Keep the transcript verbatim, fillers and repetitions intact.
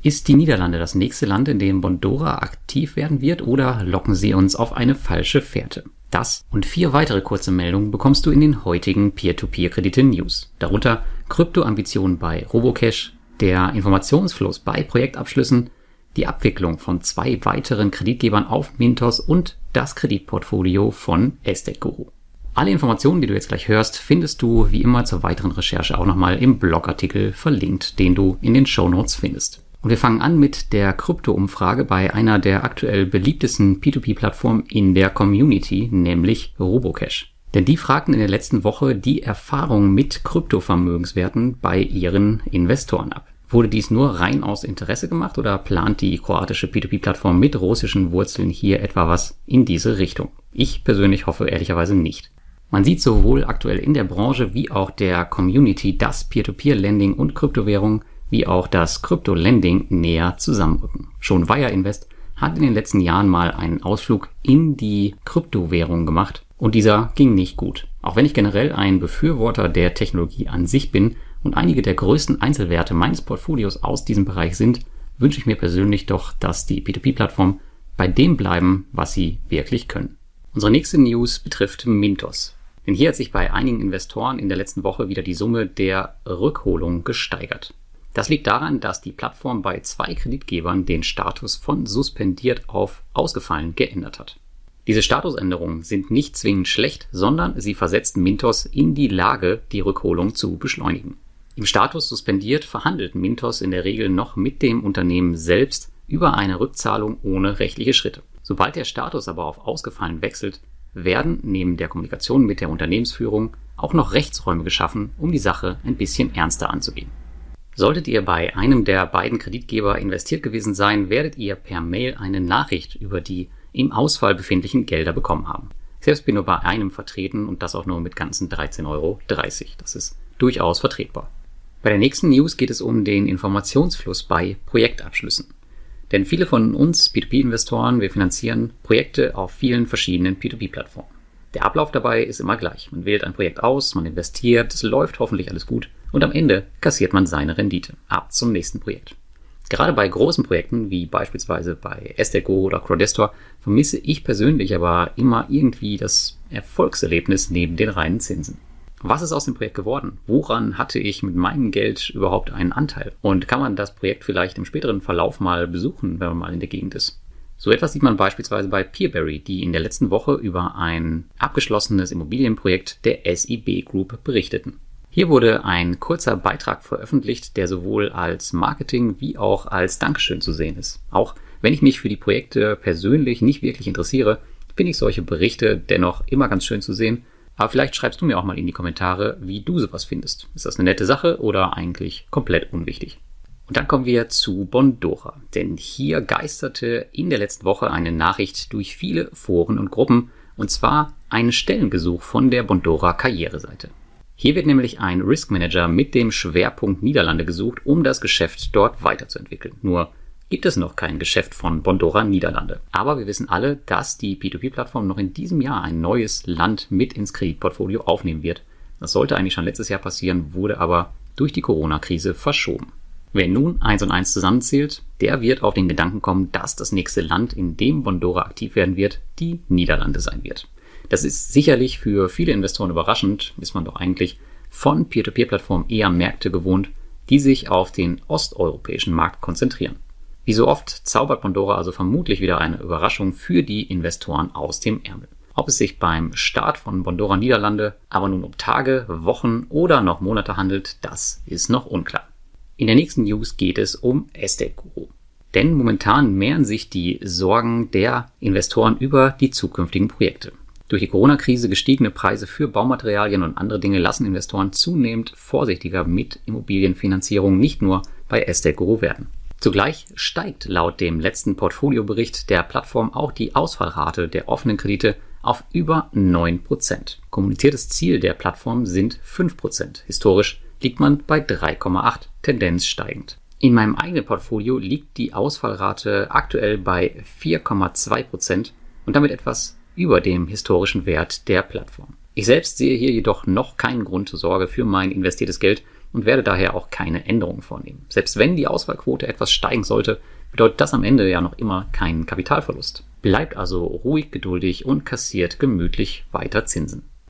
Ist die Niederlande das nächste Land, in dem Bondora aktiv werden wird, oder locken sie uns auf eine falsche Fährte? Das und vier weitere kurze Meldungen bekommst du in den heutigen Peer-to-Peer-Kredite-News. Darunter Kryptoambitionen bei Robocash, der Informationsfluss bei Projektabschlüssen, die Abwicklung von zwei weiteren Kreditgebern auf Mintos und das Kreditportfolio von Estate Guru. Alle Informationen, die du jetzt gleich hörst, findest du wie immer zur weiteren Recherche auch nochmal im Blogartikel verlinkt, den du in den Shownotes findest. Und wir fangen an mit der Krypto-Umfrage bei einer der aktuell beliebtesten P zwei P-Plattformen in der Community, nämlich Robocash. Denn die fragten in der letzten Woche die Erfahrung mit Kryptovermögenswerten bei ihren Investoren ab. Wurde dies nur rein aus Interesse gemacht oder plant die kroatische P zwei P-Plattform mit russischen Wurzeln hier etwa was in diese Richtung? Ich persönlich hoffe ehrlicherweise nicht. Man sieht sowohl aktuell in der Branche wie auch der Community, dass Peer-to-Peer-Lending und Kryptowährung wie auch das Krypto-Lending näher zusammenrücken. Schon Wire Invest hat in den letzten Jahren mal einen Ausflug in die Kryptowährung gemacht und dieser ging nicht gut. Auch wenn ich generell ein Befürworter der Technologie an sich bin und einige der größten Einzelwerte meines Portfolios aus diesem Bereich sind, wünsche ich mir persönlich doch, dass die P zwei P-Plattformen bei dem bleiben, was sie wirklich können. Unsere nächste News betrifft Mintos. Denn hier hat sich bei einigen Investoren in der letzten Woche wieder die Summe der Rückholung gesteigert. Das liegt daran, dass die Plattform bei zwei Kreditgebern den Status von suspendiert auf ausgefallen geändert hat. Diese Statusänderungen sind nicht zwingend schlecht, sondern sie versetzen Mintos in die Lage, die Rückholung zu beschleunigen. Im Status suspendiert verhandelt Mintos in der Regel noch mit dem Unternehmen selbst über eine Rückzahlung ohne rechtliche Schritte. Sobald der Status aber auf ausgefallen wechselt, werden neben der Kommunikation mit der Unternehmensführung auch noch Rechtsräume geschaffen, um die Sache ein bisschen ernster anzugehen. Solltet ihr bei einem der beiden Kreditgeber investiert gewesen sein, werdet ihr per Mail eine Nachricht über die im Ausfall befindlichen Gelder bekommen haben. Ich selbst bin nur bei einem vertreten und das auch nur mit ganzen dreizehn Euro dreißig. Das ist durchaus vertretbar. Bei der nächsten News geht es um den Informationsfluss bei Projektabschlüssen. Denn viele von uns P zwei P-Investoren, wir finanzieren Projekte auf vielen verschiedenen P zwei P-Plattformen. Der Ablauf dabei ist immer gleich. Man wählt ein Projekt aus, man investiert, es läuft hoffentlich alles gut und am Ende kassiert man seine Rendite. Ab zum nächsten Projekt. Gerade bei großen Projekten, wie beispielsweise bei Estate Guru oder Crowdestor, vermisse ich persönlich aber immer irgendwie das Erfolgserlebnis neben den reinen Zinsen. Was ist aus dem Projekt geworden? Woran hatte ich mit meinem Geld überhaupt einen Anteil? Und kann man das Projekt vielleicht im späteren Verlauf mal besuchen, wenn man mal in der Gegend ist? So etwas sieht man beispielsweise bei Peerberry, die in der letzten Woche über ein abgeschlossenes Immobilienprojekt der S I B Group berichteten. Hier wurde ein kurzer Beitrag veröffentlicht, der sowohl als Marketing wie auch als Dankeschön zu sehen ist. Auch wenn ich mich für die Projekte persönlich nicht wirklich interessiere, finde ich solche Berichte dennoch immer ganz schön zu sehen. Aber vielleicht schreibst du mir auch mal in die Kommentare, wie du sowas findest. Ist das eine nette Sache oder eigentlich komplett unwichtig? Und dann kommen wir zu Bondora, denn hier geisterte in der letzten Woche eine Nachricht durch viele Foren und Gruppen, und zwar ein Stellengesuch von der Bondora Karriereseite. Hier wird nämlich ein Risk Manager mit dem Schwerpunkt Niederlande gesucht, um das Geschäft dort weiterzuentwickeln. Nur gibt es noch kein Geschäft von Bondora Niederlande. Aber wir wissen alle, dass die P zwei P-Plattform noch in diesem Jahr ein neues Land mit ins Kreditportfolio aufnehmen wird. Das sollte eigentlich schon letztes Jahr passieren, wurde aber durch die Corona-Krise verschoben. Wer nun eins und eins zusammenzählt, der wird auf den Gedanken kommen, dass das nächste Land, in dem Bondora aktiv werden wird, die Niederlande sein wird. Das ist sicherlich für viele Investoren überraschend, ist man doch eigentlich von P zwei P-Plattformen eher Märkte gewohnt, die sich auf den osteuropäischen Markt konzentrieren. Wie so oft zaubert Bondora also vermutlich wieder eine Überraschung für die Investoren aus dem Ärmel. Ob es sich beim Start von Bondora Niederlande aber nun um Tage, Wochen oder noch Monate handelt, das ist noch unklar. In der nächsten News geht es um Estate Guru. Denn momentan mehren sich die Sorgen der Investoren über die zukünftigen Projekte. Durch die Corona-Krise gestiegene Preise für Baumaterialien und andere Dinge lassen Investoren zunehmend vorsichtiger mit Immobilienfinanzierung nicht nur bei Estate Guru werden. Zugleich steigt laut dem letzten Portfoliobericht der Plattform auch die Ausfallrate der offenen Kredite auf über neun Prozent. Kommuniziertes Ziel der Plattform sind fünf Prozent. Historisch liegt man bei drei Komma acht, Tendenz steigend. In meinem eigenen Portfolio liegt die Ausfallrate aktuell bei vier Komma zwei Prozent und damit etwas über dem historischen Wert der Plattform. Ich selbst sehe hier jedoch noch keinen Grund zur Sorge für mein investiertes Geld, und werde daher auch keine Änderungen vornehmen. Selbst wenn die Auswahlquote etwas steigen sollte, bedeutet das am Ende ja noch immer keinen Kapitalverlust. Bleibt also ruhig, geduldig und kassiert gemütlich weiter Zinsen.